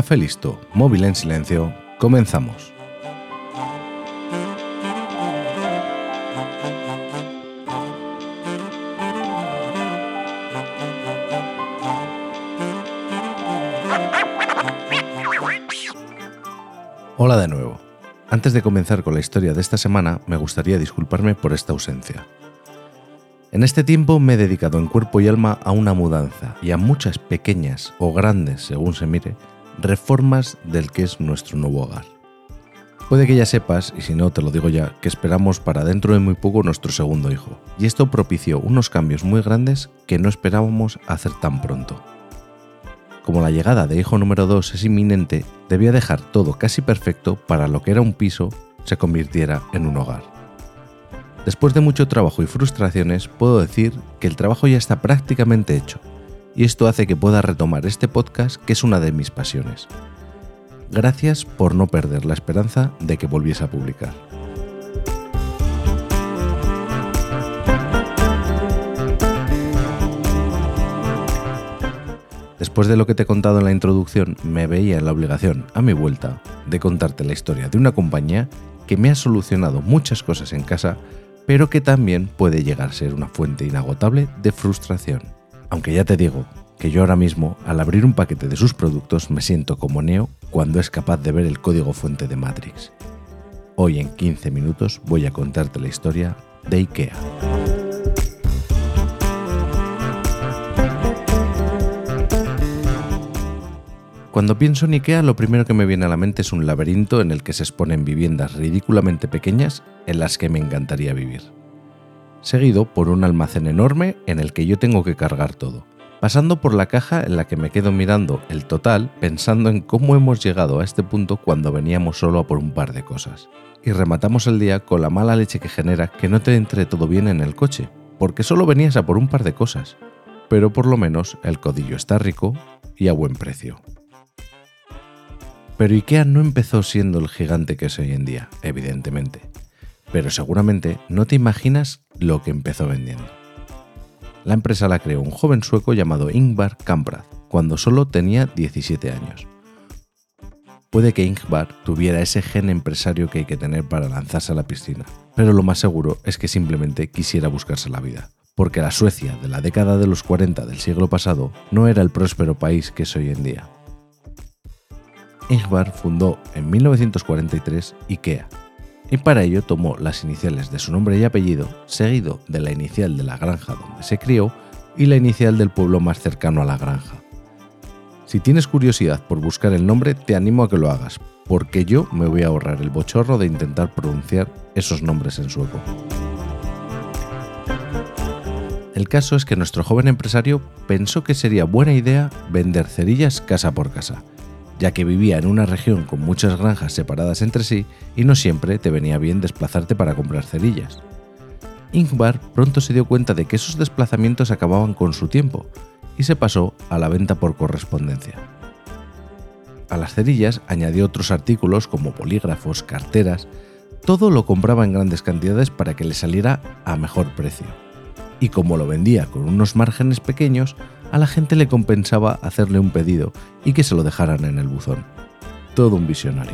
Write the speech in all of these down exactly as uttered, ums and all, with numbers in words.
Café listo, móvil en silencio, comenzamos. Hola de nuevo. Antes de comenzar con la historia de esta semana, me gustaría disculparme por esta ausencia. En este tiempo me he dedicado en cuerpo y alma a una mudanza y a muchas pequeñas o grandes, según se mire, reformas del que es nuestro nuevo hogar. Puede que ya sepas, y si no te lo digo ya, que esperamos para dentro de muy poco nuestro segundo hijo, y esto propició unos cambios muy grandes que no esperábamos hacer tan pronto. Como la llegada de hijo número dos es inminente, debía dejar todo casi perfecto para lo que era un piso se convirtiera en un hogar. Después de mucho trabajo y frustraciones, puedo decir que el trabajo ya está prácticamente hecho, y esto hace que pueda retomar este podcast que es una de mis pasiones. Gracias por no perder la esperanza de que volviese a publicar. Después de lo que te he contado en la introducción, me veía en la obligación, a mi vuelta, de contarte la historia de una compañía que me ha solucionado muchas cosas en casa, pero que también puede llegar a ser una fuente inagotable de frustración. Aunque ya te digo que yo ahora mismo, al abrir un paquete de sus productos, me siento como Neo cuando es capaz de ver el código fuente de Matrix. Hoy en quince minutos voy a contarte la historia de IKEA. Cuando pienso en IKEA, lo primero que me viene a la mente es un laberinto en el que se exponen viviendas ridículamente pequeñas en las que me encantaría vivir. Seguido por un almacén enorme en el que yo tengo que cargar todo, pasando por la caja en la que me quedo mirando el total pensando en cómo hemos llegado a este punto cuando veníamos solo a por un par de cosas. Y rematamos el día con la mala leche que genera que no te entre todo bien en el coche, porque solo venías a por un par de cosas, pero por lo menos el codillo está rico y a buen precio. Pero IKEA no empezó siendo el gigante que es hoy en día, evidentemente. Pero seguramente no te imaginas lo que empezó vendiendo. La empresa la creó un joven sueco llamado Ingvar Kamprad, cuando solo tenía diecisiete años. Puede que Ingvar tuviera ese gen empresario que hay que tener para lanzarse a la piscina, pero lo más seguro es que simplemente quisiera buscarse la vida, porque la Suecia de la década de los cuarenta del siglo pasado no era el próspero país que es hoy en día. Ingvar fundó en mil novecientos cuarenta y tres IKEA, y para ello tomó las iniciales de su nombre y apellido, seguido de la inicial de la granja donde se crió y la inicial del pueblo más cercano a la granja. Si tienes curiosidad por buscar el nombre, te animo a que lo hagas, porque yo me voy a ahorrar el bochorno de intentar pronunciar esos nombres en sueco. El caso es que nuestro joven empresario pensó que sería buena idea vender cerillas casa por casa, ya que vivía en una región con muchas granjas separadas entre sí y no siempre te venía bien desplazarte para comprar cerillas. Ingvar pronto se dio cuenta de que esos desplazamientos acababan con su tiempo y se pasó a la venta por correspondencia. A las cerillas añadió otros artículos como bolígrafos, carteras, todo lo compraba en grandes cantidades para que le saliera a mejor precio. Y como lo vendía con unos márgenes pequeños, a la gente le compensaba hacerle un pedido y que se lo dejaran en el buzón. Todo un visionario.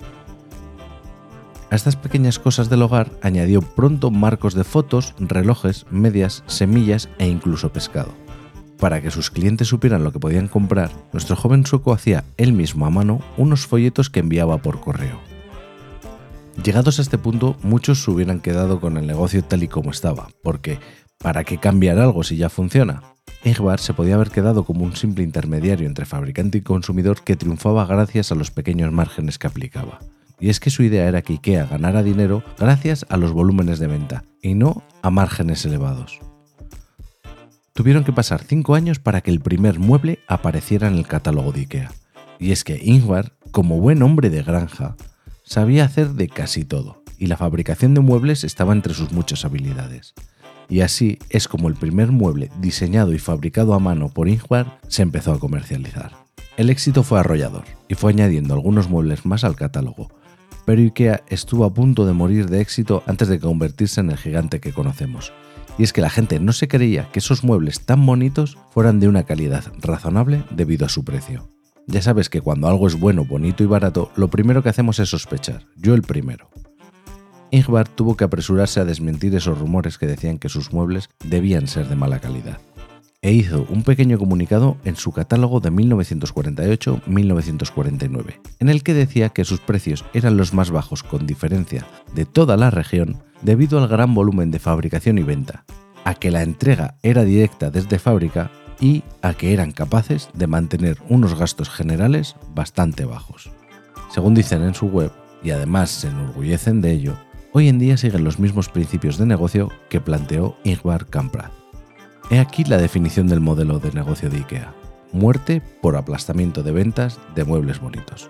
A estas pequeñas cosas del hogar añadió pronto marcos de fotos, relojes, medias, semillas e incluso pescado. Para que sus clientes supieran lo que podían comprar, nuestro joven sueco hacía él mismo a mano unos folletos que enviaba por correo. Llegados a este punto, muchos se hubieran quedado con el negocio tal y como estaba, porque ¿para qué cambiar algo si ya funciona? Ingvar se podía haber quedado como un simple intermediario entre fabricante y consumidor que triunfaba gracias a los pequeños márgenes que aplicaba. Y es que su idea era que IKEA ganara dinero gracias a los volúmenes de venta, y no a márgenes elevados. Tuvieron que pasar cinco años para que el primer mueble apareciera en el catálogo de IKEA. Y es que Ingvar, como buen hombre de granja, sabía hacer de casi todo, y la fabricación de muebles estaba entre sus muchas habilidades. Y así es como el primer mueble diseñado y fabricado a mano por Ingvar se empezó a comercializar. El éxito fue arrollador y fue añadiendo algunos muebles más al catálogo, pero IKEA estuvo a punto de morir de éxito antes de convertirse en el gigante que conocemos. Y es que la gente no se creía que esos muebles tan bonitos fueran de una calidad razonable debido a su precio. Ya sabes que cuando algo es bueno, bonito y barato, lo primero que hacemos es sospechar, yo el primero. Ingvar tuvo que apresurarse a desmentir esos rumores que decían que sus muebles debían ser de mala calidad, e hizo un pequeño comunicado en su catálogo de mil novecientos cuarenta y ocho a mil novecientos cuarenta y nueve, en el que decía que sus precios eran los más bajos con diferencia de toda la región debido al gran volumen de fabricación y venta, a que la entrega era directa desde fábrica y a que eran capaces de mantener unos gastos generales bastante bajos. Según dicen en su web, y además se enorgullecen de ello, hoy en día siguen los mismos principios de negocio que planteó Ingvar Kamprad. He aquí la definición del modelo de negocio de IKEA: muerte por aplastamiento de ventas de muebles bonitos.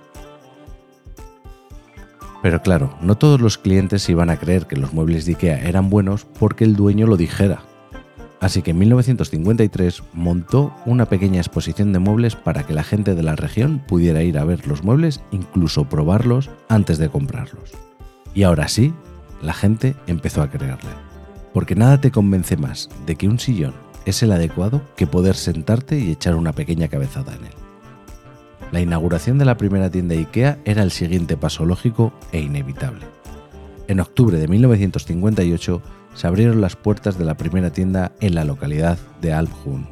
Pero claro, no todos los clientes iban a creer que los muebles de IKEA eran buenos porque el dueño lo dijera. Así que en mil novecientos cincuenta y tres montó una pequeña exposición de muebles para que la gente de la región pudiera ir a ver los muebles, incluso probarlos antes de comprarlos. Y ahora sí, la gente empezó a creerle. Porque nada te convence más de que un sillón es el adecuado que poder sentarte y echar una pequeña cabezada en él. La inauguración de la primera tienda IKEA era el siguiente paso lógico e inevitable. En octubre de mil novecientos cincuenta y ocho se abrieron las puertas de la primera tienda en la localidad de Alphund.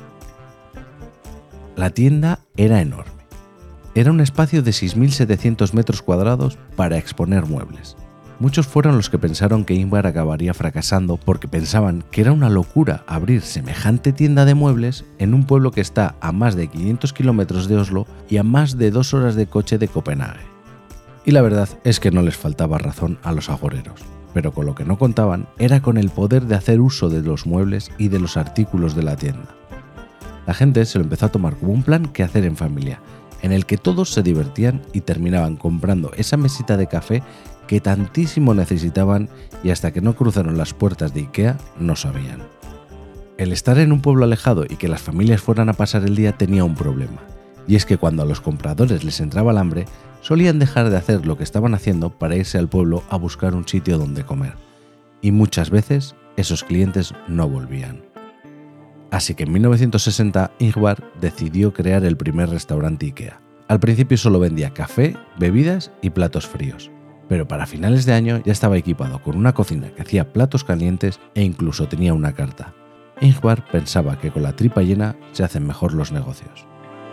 La tienda era enorme. Era un espacio de seis mil setecientos metros cuadrados para exponer muebles. Muchos fueron los que pensaron que Ingvar acabaría fracasando porque pensaban que era una locura abrir semejante tienda de muebles en un pueblo que está a más de quinientos kilómetros de Oslo y a más de dos horas de coche de Copenhague. Y la verdad es que no les faltaba razón a los agoreros, pero con lo que no contaban era con el poder de hacer uso de los muebles y de los artículos de la tienda. La gente se lo empezó a tomar como un plan que hacer en familia, en el que todos se divertían y terminaban comprando esa mesita de café que tantísimo necesitaban y hasta que no cruzaron las puertas de IKEA no sabían. El estar en un pueblo alejado y que las familias fueran a pasar el día tenía un problema, y es que cuando a los compradores les entraba el hambre, solían dejar de hacer lo que estaban haciendo para irse al pueblo a buscar un sitio donde comer, y muchas veces esos clientes no volvían. Así que en mil novecientos sesenta Ingvar decidió crear el primer restaurante IKEA. Al principio solo vendía café, bebidas y platos fríos, pero para finales de año ya estaba equipado con una cocina que hacía platos calientes e incluso tenía una carta. Ingvar pensaba que con la tripa llena se hacen mejor los negocios.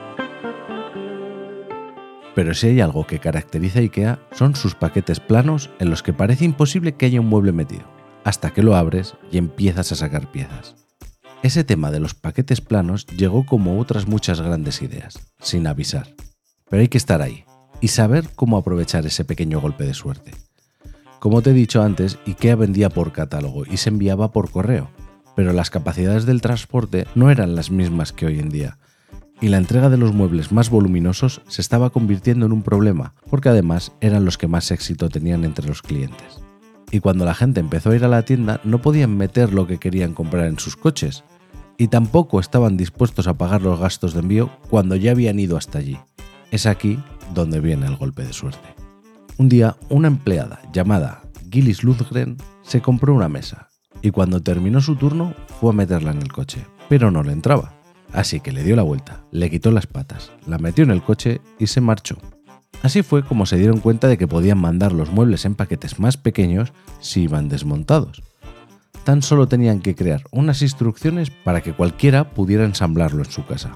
Pero si hay algo que caracteriza a IKEA son sus paquetes planos en los que parece imposible que haya un mueble metido, hasta que lo abres y empiezas a sacar piezas. Ese tema de los paquetes planos llegó como otras muchas grandes ideas, sin avisar. Pero hay que estar ahí y saber cómo aprovechar ese pequeño golpe de suerte. Como te he dicho antes, IKEA vendía por catálogo y se enviaba por correo, pero las capacidades del transporte no eran las mismas que hoy en día, y la entrega de los muebles más voluminosos se estaba convirtiendo en un problema, porque además eran los que más éxito tenían entre los clientes. Y cuando la gente empezó a ir a la tienda, no podían meter lo que querían comprar en sus coches, y tampoco estaban dispuestos a pagar los gastos de envío cuando ya habían ido hasta allí. Es aquí donde viene el golpe de suerte. Un día, una empleada llamada Gillis Lundgren se compró una mesa, y cuando terminó su turno fue a meterla en el coche, pero no le entraba. Así que le dio la vuelta, le quitó las patas, la metió en el coche y se marchó. Así fue como se dieron cuenta de que podían mandar los muebles en paquetes más pequeños si iban desmontados. Tan solo tenían que crear unas instrucciones para que cualquiera pudiera ensamblarlo en su casa.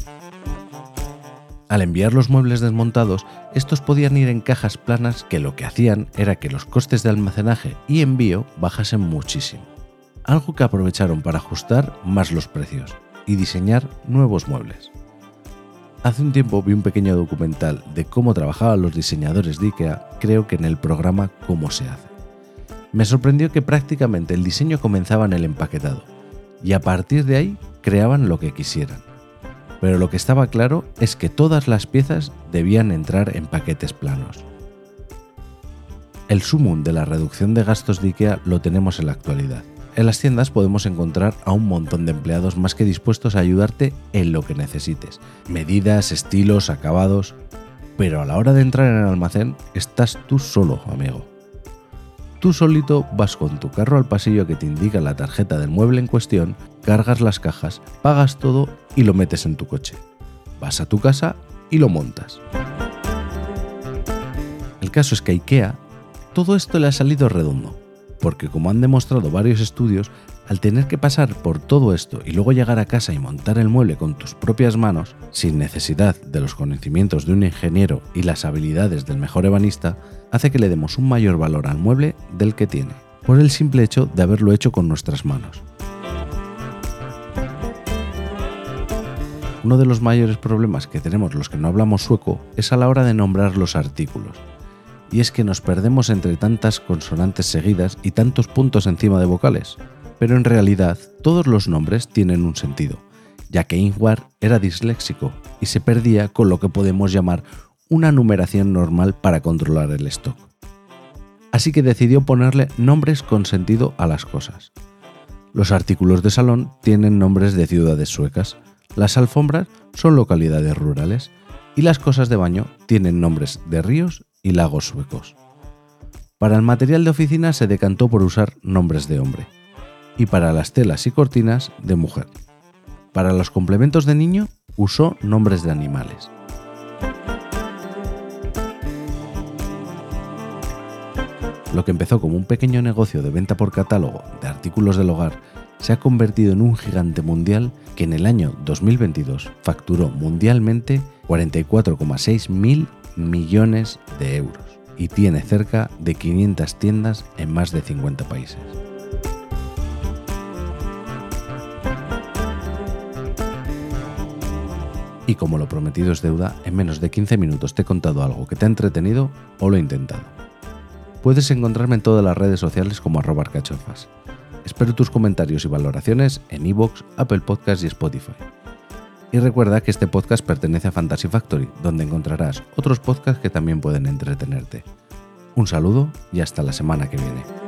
Al enviar los muebles desmontados, estos podían ir en cajas planas que lo que hacían era que los costes de almacenaje y envío bajasen muchísimo. Algo que aprovecharon para ajustar más los precios y diseñar nuevos muebles. Hace un tiempo vi un pequeño documental de cómo trabajaban los diseñadores de IKEA, creo que en el programa Cómo se hace. Me sorprendió que prácticamente el diseño comenzaba en el empaquetado, y a partir de ahí creaban lo que quisieran. Pero lo que estaba claro es que todas las piezas debían entrar en paquetes planos. El sumum de la reducción de gastos de IKEA lo tenemos en la actualidad. En las tiendas podemos encontrar a un montón de empleados más que dispuestos a ayudarte en lo que necesites. Medidas, estilos, acabados... Pero a la hora de entrar en el almacén, estás tú solo, amigo. Tú solito vas con tu carro al pasillo que te indica la tarjeta del mueble en cuestión, cargas las cajas, pagas todo y lo metes en tu coche. Vas a tu casa y lo montas. El caso es que a IKEA todo esto le ha salido redondo, porque como han demostrado varios estudios, al tener que pasar por todo esto y luego llegar a casa y montar el mueble con tus propias manos, sin necesidad de los conocimientos de un ingeniero y las habilidades del mejor ebanista, hace que le demos un mayor valor al mueble del que tiene, por el simple hecho de haberlo hecho con nuestras manos. Uno de los mayores problemas que tenemos los que no hablamos sueco es a la hora de nombrar los artículos, y es que nos perdemos entre tantas consonantes seguidas y tantos puntos encima de vocales. Pero en realidad todos los nombres tienen un sentido, ya que Ingvar era disléxico y se perdía con lo que podemos llamar una numeración normal para controlar el stock. Así que decidió ponerle nombres con sentido a las cosas. Los artículos de salón tienen nombres de ciudades suecas, las alfombras son localidades rurales y las cosas de baño tienen nombres de ríos y lagos suecos. Para el material de oficina se decantó por usar nombres de hombre, y para las telas y cortinas de mujer. Para los complementos de niño usó nombres de animales. Lo que empezó como un pequeño negocio de venta por catálogo de artículos del hogar se ha convertido en un gigante mundial que en el año dos mil veintidós facturó mundialmente cuarenta y cuatro coma seis mil millones de euros y tiene cerca de quinientas tiendas en más de cincuenta países. Y como lo prometido es deuda, en menos de quince minutos te he contado algo que te ha entretenido o lo he intentado. Puedes encontrarme en todas las redes sociales como arroba arcachofas. Espero tus comentarios y valoraciones en iVoox, Apple Podcasts y Spotify. Y recuerda que este podcast pertenece a Fantasy Factory, donde encontrarás otros podcasts que también pueden entretenerte. Un saludo y hasta la semana que viene.